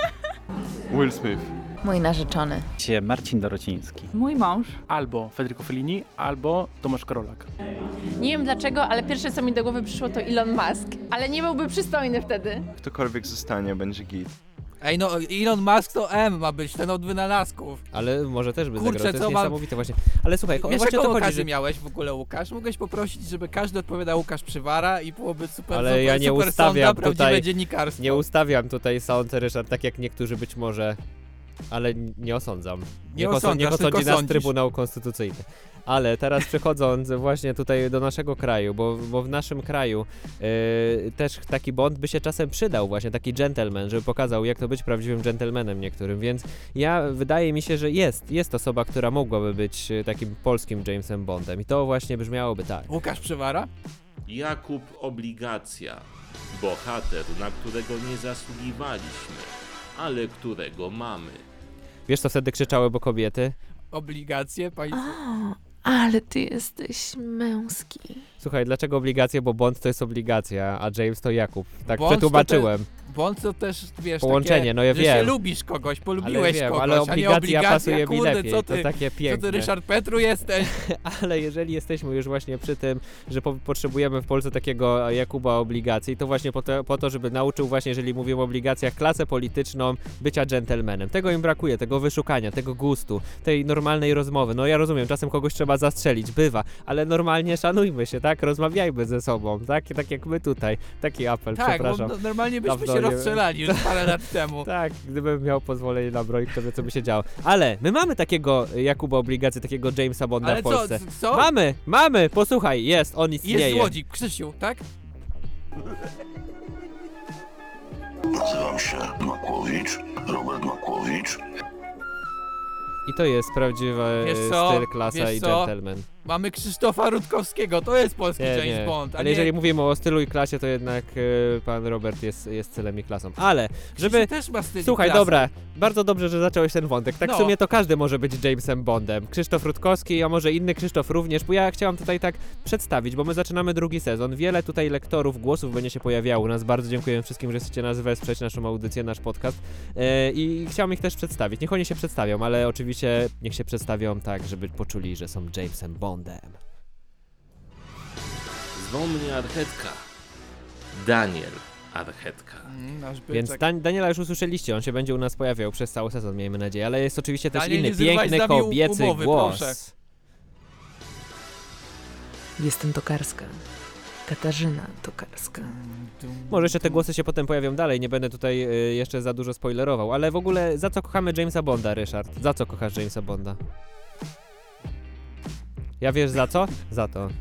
Will Smith. Mój narzeczony. Marcin Dorociński. Mój mąż. Albo Federico Fellini, albo Tomasz Karolak. Nie wiem dlaczego, ale pierwsze co mi do głowy przyszło to Elon Musk, ale nie byłby przystojny wtedy. Ktokolwiek zostanie, będzie git. Ej, no Elon Musk to M ma być, ten od wynalazków. Ale może też by Kurczę, zagrał, to jest co mam- niesamowite właśnie. Ale słuchaj, Wiesz, właśnie o jaką to chodzi, okazję że... miałeś w ogóle, Łukasz? Mogłeś poprosić, żeby każdy odpowiadał Łukasz Przywara i byłoby super, Ale super, ja nie super ustawiam sonda, prawdziwe tutaj, dziennikarstwo. nie ustawiam tutaj sound, Ryszard, tak jak niektórzy być może, ale nie osądzam. Nie Niech oso- osądzasz, niech osądzi tylko nas sądzisz. Trybunał Konstytucyjny. Ale teraz przechodząc właśnie tutaj do naszego kraju, bo, bo w naszym kraju yy, też taki Bond by się czasem przydał, właśnie taki gentleman, żeby pokazał, jak to być prawdziwym gentlemanem niektórym, więc ja, wydaje mi się, że jest, jest osoba, która mogłaby być e, takim polskim Jamesem Bondem i to właśnie brzmiałoby tak. Łukasz Przywara? Jakub Obligacja. Bohater, na którego nie zasługiwaliśmy, ale którego mamy. Wiesz, co wtedy krzyczały, bo kobiety? Obligacje, państwo. Ale ty jesteś męski. Słuchaj, dlaczego obligacje? Bo Bond to jest obligacja, a James to Jakub. Tak Bond to przetłumaczyłem. te- Bond to też, wiesz, Połączenie, takie, no ja że wiem. się lubisz kogoś, polubiłeś Ale wiem, kogoś, ale a nie obligacja obligacja, pasuje mi kurde, lepiej, co to ty, takie co piękne. ty Ryszard Petru jesteś? Ale jeżeli jesteśmy już właśnie przy tym, że po, potrzebujemy w Polsce takiego Jakuba Obligacji, to właśnie po to, po to, żeby nauczył właśnie, jeżeli mówimy o obligacjach, klasę polityczną, bycia dżentelmenem. Tego im brakuje, tego wyszukania, tego gustu, tej normalnej rozmowy. No ja rozumiem, czasem kogoś trzeba zastrzelić, bywa, ale normalnie szanujmy się, tak? Rozmawiajmy ze sobą, tak? Tak jak my tutaj. Taki apel, Tak, bo przepraszam. no, normalnie byśmy Dawno się nie- rozstrzelali już parę lat temu. Tak, gdybym miał pozwolenie na broń, kto wie, co by się działo. Ale my mamy takiego Jakuba Obligacji, takiego Jamesa Bonda Ale w co, Polsce. co? Mamy, mamy, posłuchaj, jest, on istnieje. Jest z Łodzi, Krzysiu, tak? Nazywam się Makłowicz, Robert Makłowicz. I to jest prawdziwy Wiesz co? styl, klasa Wiesz i co? gentleman. Mamy Krzysztofa Rutkowskiego, to jest polski Nie, James nie. Bond. A Ale nie... jeżeli mówimy o stylu i klasie, to jednak e, pan Robert jest, jest stylem i klasą. Ale, żeby... Krzysiu też ma styl i Słuchaj, klasę. dobra, bardzo dobrze, że zacząłeś ten wątek. Tak No. w sumie to każdy może być Jamesem Bondem. Krzysztof Rutkowski, a może inny Krzysztof również, bo ja chciałam tutaj tak przedstawić, bo my zaczynamy drugi sezon. Wiele tutaj lektorów, głosów będzie się pojawiało u nas. Bardzo dziękuję wszystkim, że chcecie nas wesprzeć, naszą audycję, nasz podcast. E, I chciałam ich też przedstawić. Niech oni się przedstawią, ale oczywiście niech się przedstawią tak, żeby poczuli, że są Jamesem Bondem. Zwą mnie Archetka. Daniel Archetka. Mm, nasz byczek. Więc Dan- Daniela już usłyszeliście, on się będzie u nas pojawiał przez cały sezon, miejmy nadzieję, ale jest oczywiście też Daniel, inny, nie zrywaj z piękny, nami kobiecy umowy, głos. proszę. Jestem Tokarska. Katarzyna Tokarska. Może jeszcze te głosy się potem pojawią dalej, nie będę tutaj y, jeszcze za dużo spoilerował, ale w ogóle za co kochamy Jamesa Bonda, Ryszard? Za co kochasz Jamesa Bonda? Ja wiesz za co? Za to.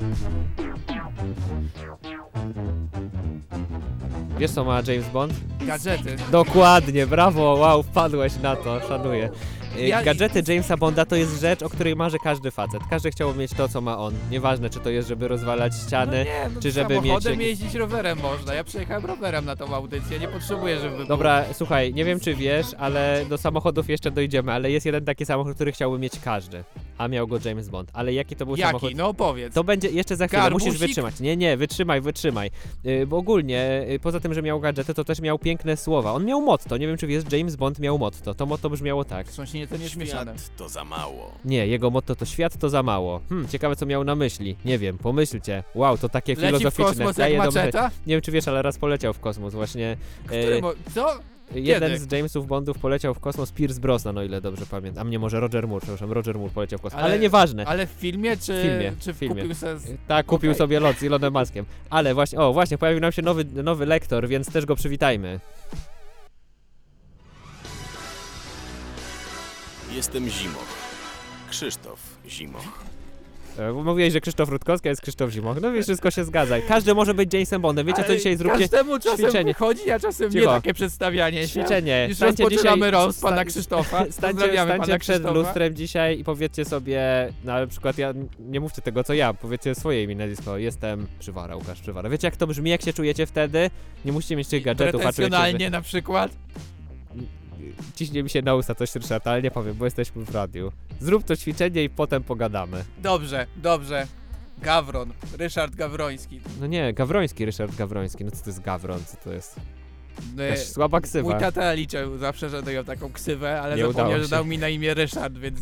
Wiesz co ma James Bond? Gadżety. Dokładnie, brawo, wow, wpadłeś na to, szanuję. Y, Ja- Gadżety Jamesa Bonda to jest rzecz, o której marzy każdy facet. Każdy chciałby mieć to, co ma on. Nieważne, czy to jest, żeby rozwalać ściany, No nie, no czy żeby mieć... samochodem jakieś- jeździć rowerem można. Ja przejechałem rowerem na tą audycję, nie potrzebuję, żeby Dobra, słuchaj, nie wiem czy wiesz, ale do samochodów jeszcze dojdziemy, ale jest jeden taki samochód, który chciałby mieć każdy, a miał go James Bond. Ale jaki to był Jaki? samochód? No powiedz. To będzie jeszcze za chwilę, Garbusik? musisz wytrzymać. Nie, nie, wytrzymaj, wytrzymaj. Yy, bo ogólnie, yy, poza tym, że miał gadżety, to też miał piękne słowa. On miał motto, nie wiem czy wiesz, James Bond miał motto. To motto brzmiało tak. Sąsiedztwo to nie jest mieszane. Świat to za mało. Nie, jego motto to świat to za mało. Hmm, ciekawe co miał na myśli. Nie wiem, pomyślcie. Wow, to takie Leci w filozoficzne. kosmos Daje jak do myślenia. maczeta? Nie wiem czy wiesz, ale raz poleciał w kosmos właśnie. Który mo- Co? jeden Kiedy? z Jamesów Bondów poleciał w kosmos, Pierce Brosnan, o ile dobrze pamiętam. A mnie może Roger Moore, przepraszam, Roger Moore poleciał w kosmos, ale, Ale- ale nieważne. Ale w filmie, czy, W filmie, czy w filmie. kupił se z... Tak, kupił Okej. sobie lot z Elonem Muskiem. Ale właśnie, o właśnie, pojawił nam się nowy, nowy lektor, więc też go przywitajmy. Jestem Zimoch. Krzysztof Zimoch. E, Mówiłeś, że Krzysztof Rutkowski, a jest Krzysztof Zimoch. No wiesz, wszystko się zgadza. Każdy może być Jamesem Bondem. Wiecie co, Ale dzisiaj zróbcie każdemu czasem ćwiczenie. wychodzi, a czasem Cicho. nie takie przedstawianie się. Ćwiczenie. Już Stańcie rozpoczynamy dzisiaj- roast pana sta- Krzysztofa. Stańcie, Pozdrawiamy stańcie pana przed Krzysztofa. lustrem dzisiaj i powiedzcie sobie, no ale na przykład ja, nie mówcie tego co ja, powiedzcie swoje imię, nazwisko. Jestem Przywara, Łukasz Przywara. Wiecie jak to brzmi, jak się czujecie wtedy? Nie musicie mieć tych gadżetów, a czujecie, Pretensjonalnie na przykład. że... Ciśnie mi się na usta coś, Ryszard, ale nie powiem, bo jesteśmy w radiu. Zrób to ćwiczenie i potem pogadamy. Dobrze, dobrze. Gawron. Ryszard Gawroński. No nie, Gawroński, Ryszard Gawroński. No co to jest Gawron, co to jest? No, Jakaś słaba ksywa. Mój tata liczył zawsze, że dają taką ksywę, ale Nie zapomniał, udało że się. dał mi na imię Ryszard, więc...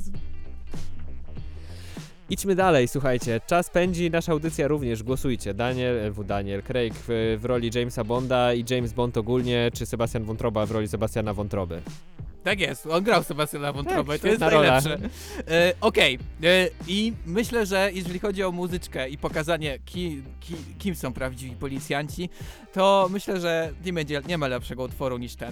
Idźmy dalej, słuchajcie. Czas pędzi, nasza audycja również. Głosujcie. Daniel, w Daniel Craig w, w roli Jamesa Bonda i James Bond ogólnie, czy Sebastian Wątroba w roli Sebastiana Wątroby. Tak jest, on grał Sebastiana Wątrobę, Tak, to jest świetna rola. najlepsze. E, Okej, e, i myślę, że jeżeli chodzi o muzyczkę i pokazanie ki, ki, kim są prawdziwi policjanci, to myślę, że nie, będzie, nie ma lepszego utworu niż ten.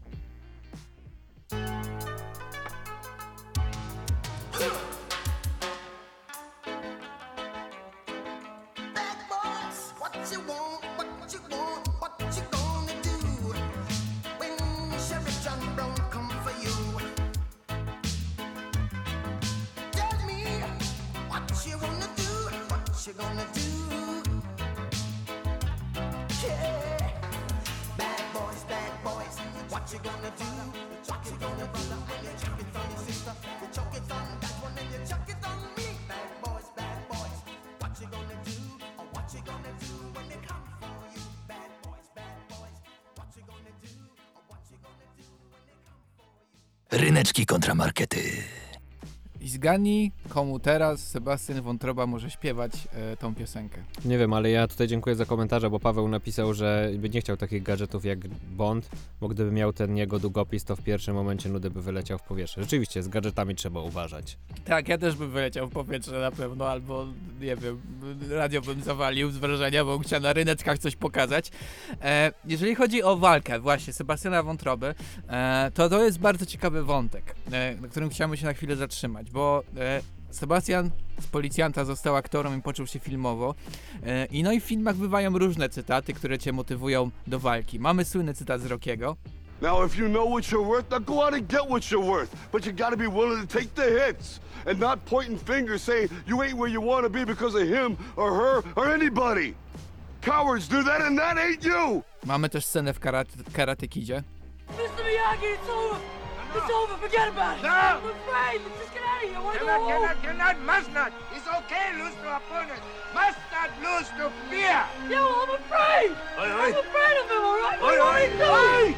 Ryneczki kontramarkety. I zgadnij, komu teraz Sebastian Wątroba może śpiewać e, tą piosenkę. Nie wiem, ale ja tutaj dziękuję za komentarze, bo Paweł napisał, że by nie chciał takich gadżetów jak Bond, bo gdyby miał ten jego długopis, to w pierwszym momencie nudy by wyleciał w powietrze. Rzeczywiście, z gadżetami trzeba uważać. Tak, ja też bym wyleciał w powietrze na pewno, albo nie wiem, radio bym zawalił z wrażenia, bo chciał na ryneczkach coś pokazać. E, jeżeli chodzi o walkę właśnie Sebastiana Wątroby, e, to to jest bardzo ciekawy wątek, e, na którym chciałbym się na chwilę zatrzymać, bo e, Sebastian z policjanta został aktorem i poczuł się filmowo. E, I no i w filmach bywają różne cytaty, które cię motywują do walki. Mamy słynny cytat z Rockiego. Now, if you know what you're worth, now go out and get what you're worth. But you gotta be willing to take the hits and not pointing fingers saying you ain't where you want to be because of him or her or anybody. Cowards do that and that ain't you! Mamy też scenę w karate, Karate Kidzie. mister Miyagi, it's over! It's over, forget about it! No! I'm afraid! Let's just get out of here! I wanna go Cannot, home! cannot, cannot, must not! It's okay, lose to opponent! Must not lose to fear! Yeah, well, I'm afraid! Oi, oi. I'm afraid of him, alright? Oi, What oi, do I do? oi!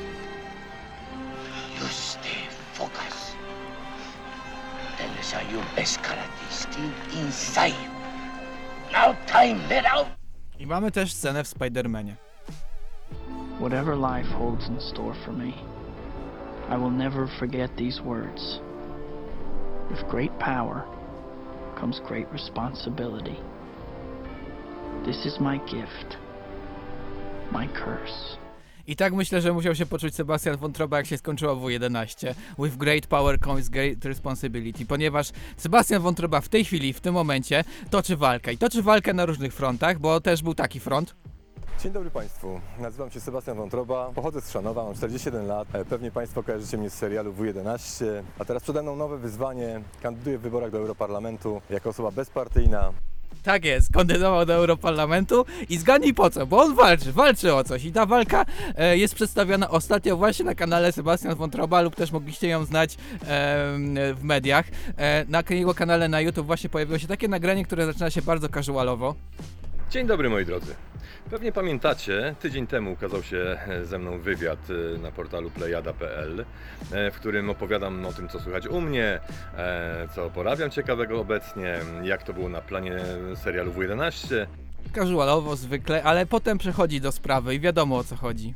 You stay focused. Tell us how your best karate is still inside you. Now time, let out! I mamy też scenę w Spider-Manie. Whatever life holds in store for me, I will never forget these words. With great power comes great responsibility. This is my gift, my curse. I tak myślę, że musiał się poczuć Sebastian Wątroba, jak się skończyła W jedenaście. With great power comes great responsibility, ponieważ Sebastian Wątroba w tej chwili, w tym momencie toczy walkę. I toczy walkę na różnych frontach, bo też był taki front. Dzień dobry Państwu, nazywam się Sebastian Wątroba, pochodzę z Szanowa, mam czterdzieści jeden lat, E, pewnie Państwo kojarzycie mnie z serialu W jedenaście, a teraz przede mną nowe wyzwanie, kandyduję w wyborach do Europarlamentu jako osoba bezpartyjna. Tak jest, kandydował do Europarlamentu i zgadnij po co, bo on walczy, walczy o coś i ta walka e, jest przedstawiona ostatnio właśnie na kanale Sebastian Wątroba lub też mogliście ją znać e, w mediach. E, na jego kanale na YouTube właśnie pojawiło się takie nagranie, które zaczyna się bardzo casualowo. Dzień dobry moi drodzy. Pewnie pamiętacie, tydzień temu ukazał się ze mną wywiad na portalu plejada kropka p l, w którym opowiadam o tym, co słychać u mnie, co porabiam ciekawego obecnie, jak to było na planie serialu W jedenaście. Casualowo zwykle, ale potem przechodzi do sprawy i wiadomo o co chodzi.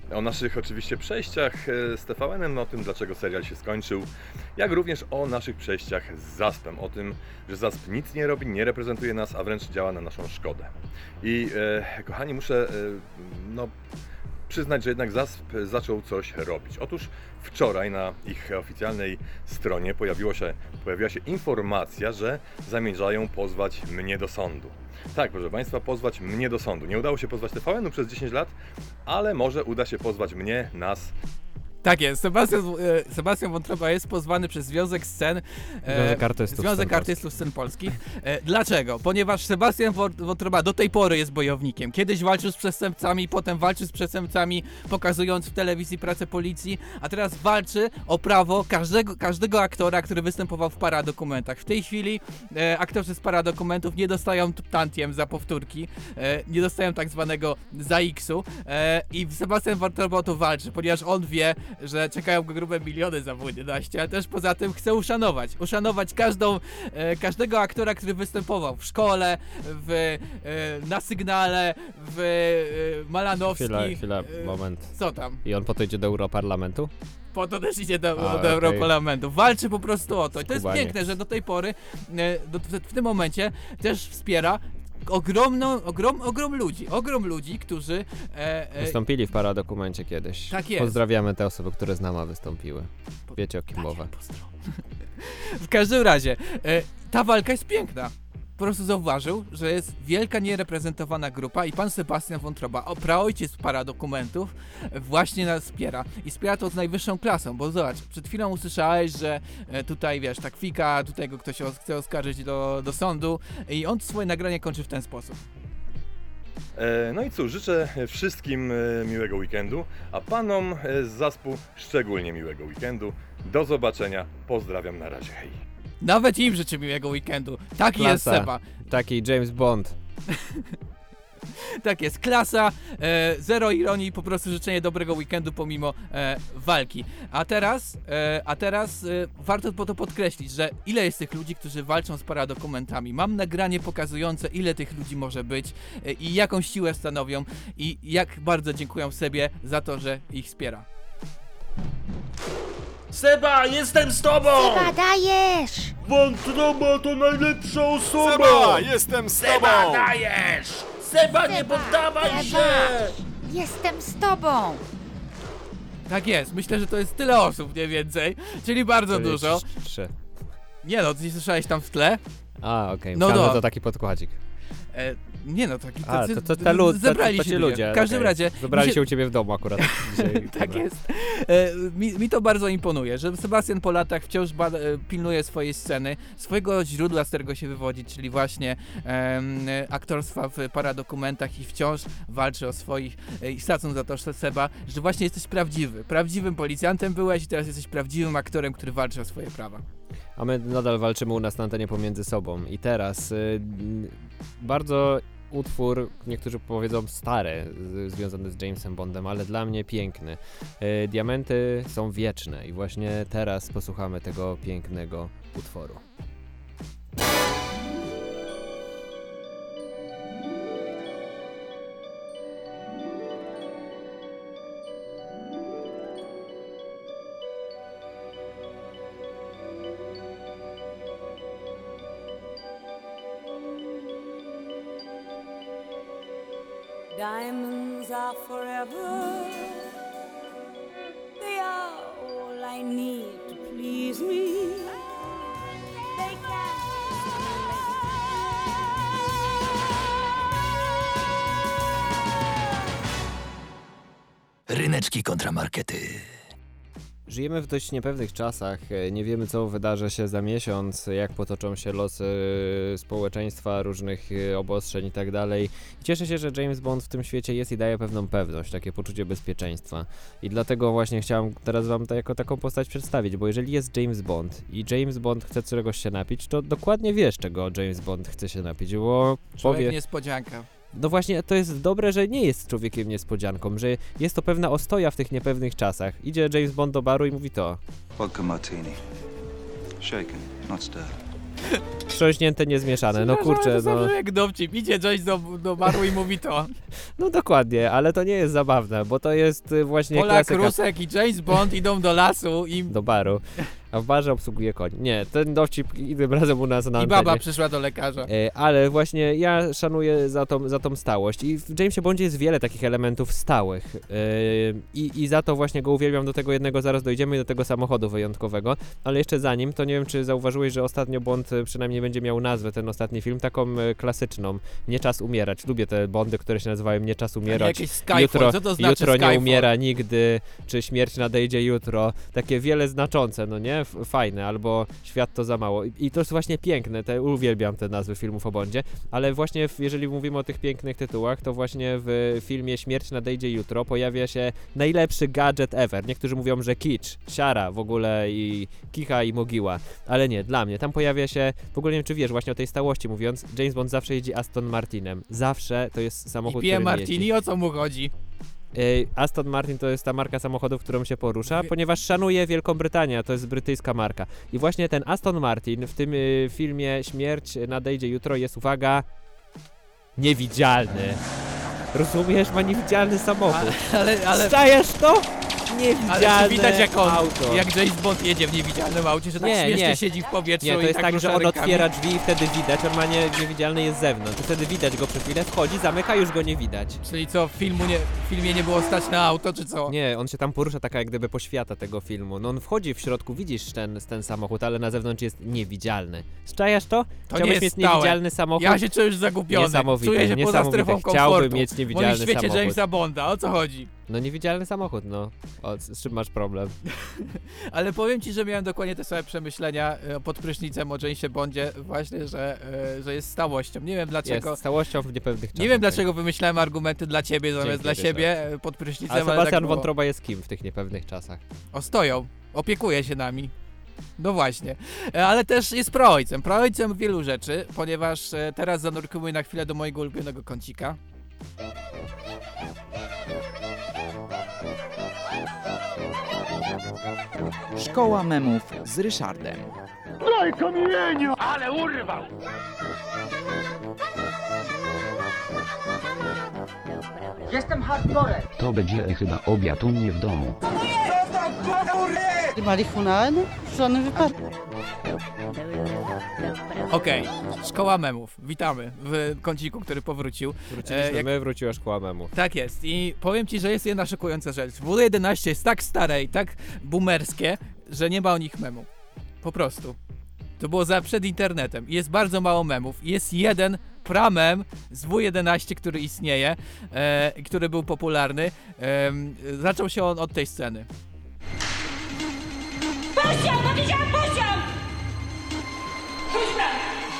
o naszych oczywiście przejściach e, z T V N-em, o tym dlaczego serial się skończył, jak również o naszych przejściach z Zaspem, o tym, że Zasp nic nie robi, nie reprezentuje nas, a wręcz działa na naszą szkodę. I e, kochani, muszę e, no, przyznać, że jednak Zasp zaczął coś robić. Otóż wczoraj na ich oficjalnej stronie pojawiło się, pojawiła się informacja, że zamierzają pozwać mnie do sądu. Tak, proszę Państwa, pozwać mnie do sądu. Nie udało się pozwać T V N-u przez dziesięć lat, ale może uda się pozwać mnie, nas. Tak jest, Sebastian, e, Sebastian Wątroba jest pozwany przez Związek Scen, e, Związek Artystów Związek Scen Artystów Scen Polskich. E, dlaczego? Ponieważ Sebastian Wątroba do tej pory jest bojownikiem. Kiedyś walczył z przestępcami, potem walczy z przestępcami, pokazując w telewizji pracę policji, a teraz walczy o prawo każdego, każdego aktora, który występował w paradokumentach. W tej chwili e, aktorzy z paradokumentów nie dostają tantiem za powtórki, e, nie dostają tak zwanego za X-u e, i Sebastian Wątroba o to walczy, ponieważ on wie, że czekają go grube miliony za W jedenaście, ale też poza tym chce uszanować, uszanować każdą, e, każdego aktora, który występował w Szkole, w, e, na Sygnale, w e, Malanowskich. Chwila, chwila, e, moment. Co tam? I on po to idzie do Europarlamentu? Po to też idzie do, A, do okay. Europarlamentu. Walczy po prostu o to. I to jest Skubaniec. piękne, że do tej pory, e, do, w, w tym momencie też wspiera ogromną, ogrom, ogrom ludzi, ogrom ludzi, którzy e, e, Wystąpili w paradokumencie kiedyś. Tak jest. Pozdrawiamy te osoby, które z nama wystąpiły. Wiecie o kim mowa. W każdym razie, e, ta walka jest piękna. Po prostu zauważył, że jest wielka niereprezentowana grupa i pan Sebastian Wątroba, o, praojciec paradokumentów, właśnie nas wspiera. I wspiera to z najwyższą klasą, bo zobacz, przed chwilą usłyszałeś, że e, tutaj, wiesz, tak fika, tutaj go ktoś os- chce oskarżyć do, do sądu i on swoje nagranie kończy w ten sposób. E, no i cóż, życzę wszystkim e, miłego weekendu, a panom e, z Zaspu szczególnie miłego weekendu. Do zobaczenia, pozdrawiam, na razie, hej. Nawet im życzę miłego weekendu. Taki Klasa. jest Seba. Taki James Bond. Tak jest, klasa, e, zero ironii, po prostu życzenie dobrego weekendu pomimo e, walki. A teraz, e, a teraz e, warto po to podkreślić, że ile jest tych ludzi, którzy walczą z paradokumentami. Mam nagranie pokazujące, ile tych ludzi może być e, i jaką siłę stanowią i jak bardzo dziękuję sobie za to, że ich wspiera. Seba, jestem z tobą! Seba, dajesz! Wątroba to najlepsza osoba! Seba, jestem z Seba, tobą! dajesz! Seba, nie poddawaj się! Jestem z tobą! Tak jest, myślę, że to jest tyle osób mniej więcej, czyli bardzo Czyli dużo. trz- Trzy. Nie no, ty nie słyszałeś tam w tle? A, okej, No okay. no. to taki podkładzik. E, nie no, taki A, tacy to, to, te lud, zebrali to, to się ci ludzie. W każdym okej. razie... Zebrali mi się u ciebie w domu akurat dzisiaj. Tak Dobra. jest. E, mi, mi to bardzo imponuje, że Sebastian po latach wciąż bada, e, pilnuje swojej sceny, swojego źródła, z którego się wywodzi, czyli właśnie em, aktorstwa w paradokumentach i wciąż walczy o swoich e, i szacun za to, że Seba, że właśnie jesteś prawdziwy. Prawdziwym policjantem byłeś i teraz jesteś prawdziwym aktorem, który walczy o swoje prawa. A my nadal walczymy u nas na antenie pomiędzy sobą. I teraz y, bardzo utwór, niektórzy powiedzą stary, z, związany z Jamesem Bondem, ale dla mnie piękny. Y, diamenty są wieczne i właśnie teraz posłuchamy tego pięknego utworu. Diamonds are forever. They are all I need to please me. They Ryneczki kontramarkety. Żyjemy w dość niepewnych czasach, nie wiemy co wydarzy się za miesiąc, jak potoczą się losy społeczeństwa, różnych obostrzeń i tak dalej. Cieszę się, że James Bond w tym świecie jest i daje pewną pewność, takie poczucie bezpieczeństwa. I dlatego właśnie chciałem teraz wam to jako taką postać przedstawić, bo jeżeli jest James Bond i James Bond chce czegoś się napić, to dokładnie wiesz, czego James Bond chce się napić, bo Człowiek powie... niespodzianka. No właśnie, to jest dobre, że nie jest człowiekiem niespodzianką, że jest to pewna ostoja w tych niepewnych czasach. Idzie James Bond do baru i mówi to. Vodka martini. Shaken, not stirred. wstrząśnięte, niezmieszane. No kurczę, to no. zawsze jak dowcip. Idzie James do, do baru i mówi to. No dokładnie, ale to nie jest zabawne, bo to jest y, właśnie Polak, klasyka. Rusek i James Bond idą do lasu i... Do baru. A w barze obsługuje koń. Nie, ten dowcip innym razem u nas na I antenie. baba przyszła do lekarza. E, ale właśnie ja szanuję za tą, za tą stałość i w Jamesie Bondzie jest wiele takich elementów stałych e, i, i za to właśnie go uwielbiam. Do tego jednego zaraz dojdziemy, do tego samochodu wyjątkowego, ale jeszcze zanim, to nie wiem, czy zauważyłeś, że ostatnio Bond przynajmniej będzie miał nazwę, ten ostatni film, taką e, klasyczną, Nie czas umierać. Lubię te Bondy, które się nazywają Nie czas umierać. Jakieś Skyfall, jutro, co to znaczy jutro Skyfall? nie umiera nigdy, czy Śmierć nadejdzie jutro. Takie wiele znaczące, no nie? F- fajne, albo Świat to za mało. I, I to jest właśnie piękne, te, uwielbiam te nazwy filmów o Bondzie, ale właśnie w, jeżeli mówimy o tych pięknych tytułach, to właśnie w filmie Śmierć nadejdzie jutro pojawia się najlepszy gadżet ever. Niektórzy mówią, że kicz, siara w ogóle i kicha i mogiła, ale nie, dla mnie. Tam pojawia się, w ogóle nie wiem, czy wiesz, właśnie o tej stałości mówiąc, James Bond zawsze jeździ Aston Martinem. Zawsze to jest samochód, I pije którym martini, jeździ. o co mu chodzi? Yy, Aston Martin to jest ta marka samochodów, którą się porusza, ponieważ szanuje Wielką Brytanię, to jest brytyjska marka. I właśnie ten Aston Martin w tym yy, filmie Śmierć nadejdzie jutro jest, uwaga, niewidzialny. Rozumiesz? Ma niewidzialny samochód. Ale, ale... Stajesz to? Niewidzialne Ale czy widać jak on, auto. jak James Bond jedzie w niewidzialnym aucie, że tak Nie, śmiesznie nie. siedzi w powietrzu Nie, to i jest tak, tak, rusza że on rękami. otwiera drzwi i wtedy widać, on ma nie, niewidzialny jest z zewnątrz. Wtedy widać go przez chwilę, wchodzi, zamyka, już go nie widać. Czyli co, w, filmu nie, w filmie nie było stać na auto, czy co? Nie, on się tam porusza taka jak gdyby poświata tego filmu. No on wchodzi w środku, widzisz ten, ten samochód, ale na zewnątrz jest niewidzialny. Szczajasz to? To Chciałbyś nie mieć jest stałe. niewidzialny samochód? Ja się czuję już zagubiony. Niesamowite, Czuję się poza niesamowite. strefą Chciałbym komfortu. mieć niewidzialny w świecie samochód. Jamesa Bonda, o co chodzi? No niewidzialny samochód, no. O, z, z czym masz problem? Ale powiem ci, że miałem dokładnie te same przemyślenia e, pod prysznicem o Jamesie Bondzie, właśnie, że, e, że jest stałością. Nie wiem dlaczego. Jest stałością w niepewnych czasach. Nie wiem dlaczego wymyślałem argumenty dla ciebie zamiast Dzięki, dla Ryszard. siebie e, pod prysznicem. A ale Sebastian tak było. Wątroba jest kim w tych niepewnych czasach? O, stoją. Opiekuje się nami. No właśnie. E, Ale też jest proojcem. Proojcem wielu rzeczy, ponieważ e, teraz zanurkujmy na chwilę do mojego ulubionego kącika. Szkoła memów z Ryszardem. Daj kamieniu! Ale urwał! Jestem hardcorem. To będzie chyba obiad u mnie w domu. Marihuany? W żadnym wypadku. Okej, szkoła memów. Witamy w kąciku, który powrócił. Wróciliśmy, jak- my wróciła szkoła memów. Tak jest i powiem ci, że jest jedna szokująca rzecz. W jedenaście jest tak stare i tak boomerskie, że nie ma o nich memu. Po prostu. To było za przed internetem. Jest bardzo mało memów. Jest jeden pramem z W jedenaście, który istnieje, e, który był popularny. E, zaczął się on od tej sceny. Poziom! Powiedziałam poziom! Chodź tam!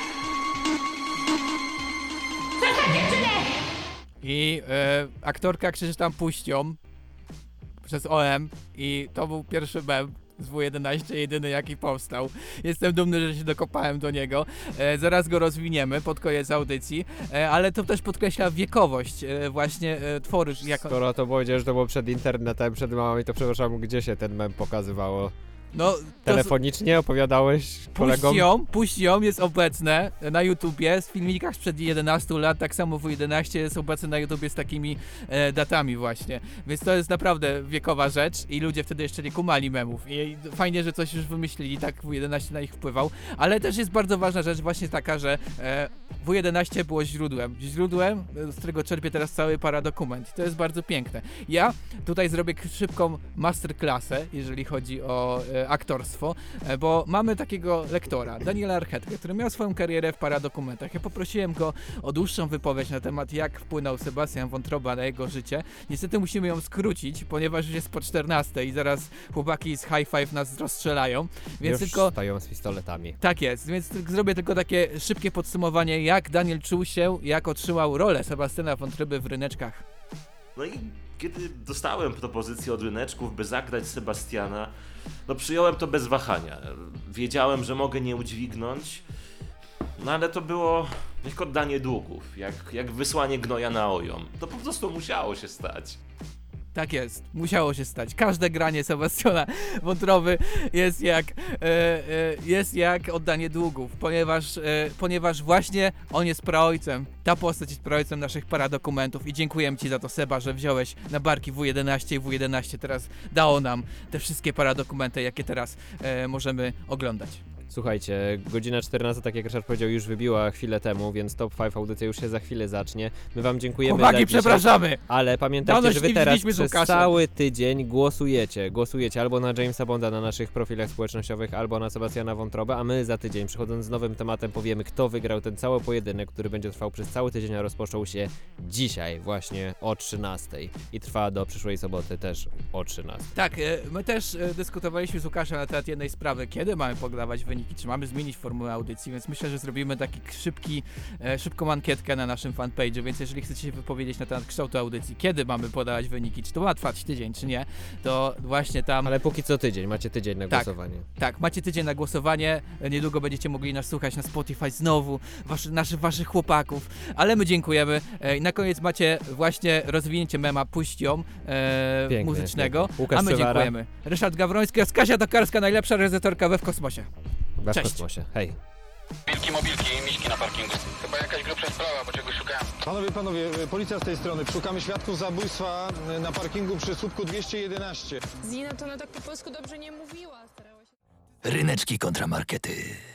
Zostań dziewczynę! I e, aktorka krzyczy tam puścią przez O M i to był pierwszy mem z W jedenaście, jedyny jaki powstał. Jestem dumny, że się dokopałem do niego. E, zaraz go rozwiniemy pod koniec audycji, e, ale to też podkreśla wiekowość e, właśnie e, twory. Jako... Skoro to powiedziałeś, że to było przed internetem, przed mamami, to przepraszam, gdzie się ten mem pokazywało? No, Telefonicznie opowiadałeś kolegom? Puść ją, puść ją, jest obecne na YouTubie, z filmikach sprzed jedenastu lat, tak samo W jedenaście jest obecne na YouTubie z takimi e, datami właśnie, więc to jest naprawdę wiekowa rzecz i ludzie wtedy jeszcze nie kumali memów i fajnie, że coś już wymyślili, tak W jedenaście na nich wpływał, ale też jest bardzo ważna rzecz właśnie taka, że e, W jedenaście było źródłem, źródłem, z którego czerpię teraz cały paradokument i to jest bardzo piękne. Ja tutaj zrobię szybką masterclassę, jeżeli chodzi o e, aktorstwo, e, bo mamy takiego lektora, Daniela Archetkę, który miał swoją karierę w paradokumentach. Ja poprosiłem go o dłuższą wypowiedź na temat, jak wpłynął Sebastian Wątroba na jego życie. Niestety musimy ją skrócić, ponieważ już jest po czternastej i zaraz chłopaki z High Five nas rozstrzelają, więc Już tylko... stają z pistoletami. Tak jest, więc tylko zrobię tylko takie szybkie podsumowanie, jak Daniel czuł się, jak otrzymał rolę Sebastiana Wątroby w Ryneczkach. No i kiedy dostałem propozycję od Ryneczków, by zagrać Sebastiana, no przyjąłem to bez wahania. Wiedziałem, że mogę nie udźwignąć, no ale to było jak oddanie długów, jak, jak wysłanie gnoja na ojom. To po prostu musiało się stać. Tak jest, musiało się stać. Każde granie Sebastiana Wątroby jest jak, e, e, jest jak oddanie długów, ponieważ, e, ponieważ właśnie on jest praojcem. Ta postać jest praojcem naszych paradokumentów i dziękujemy Ci za to, Seba, że wziąłeś na barki W jedenaście i W jedenaście teraz dało nam te wszystkie paradokumenty, jakie teraz e, możemy oglądać. Słuchajcie, godzina czternasta, tak jak Ryszard powiedział, już wybiła chwilę temu, więc top pięć audycja już się za chwilę zacznie. My wam dziękujemy. Chłopaki, przepraszamy! Ale pamiętajcie, Dawno że wy się teraz widzieliśmy z przez Łukaszem. cały tydzień głosujecie. Głosujecie albo na Jamesa Bonda na naszych profilach społecznościowych, albo na Sebastiana Wątrobę, a my za tydzień, przychodząc z nowym tematem, powiemy, kto wygrał ten cały pojedynek, który będzie trwał przez cały tydzień, a rozpoczął się dzisiaj właśnie o trzynastej i trwa do przyszłej soboty też o trzynastej. Tak, e, my też e, dyskutowaliśmy z Łukaszem na temat jednej sprawy, kiedy mamy podawać wyniki, czy mamy zmienić formułę audycji, więc myślę, że zrobimy taki szybki, e, szybką ankietkę na naszym fanpage'u, więc jeżeli chcecie się wypowiedzieć na temat kształtu audycji, kiedy mamy podawać wyniki, czy to ma trwać tydzień, czy nie, to właśnie tam... Ale póki co tydzień, macie tydzień na tak, głosowanie. Tak, macie tydzień na głosowanie, niedługo będziecie mogli nas słuchać na Spotify znowu, waszy, naszych, waszych chłopaków, ale my dziękujemy. E, I na koniec macie właśnie rozwinięcie mema Puść ją e, Pięknie, muzycznego, pięknie. Łukasz a my Przywara. dziękujemy. Ryszard Gawroński, Kasia Tokarska, najlepsza realizatorka we w kosmosie. We w Cześć. kosmosie, hej. Wilki, mobilki i miśki na parkingu. Chyba jakaś grubsza sprawa, bo czegoś szukałem. Panowie, panowie, policja z tej strony. Szukamy świadków zabójstwa na parkingu przy słupku dwieście jedenaście. Zina to ona tak po polsku dobrze nie mówiła. Starała się... Ryneczki kontra markety.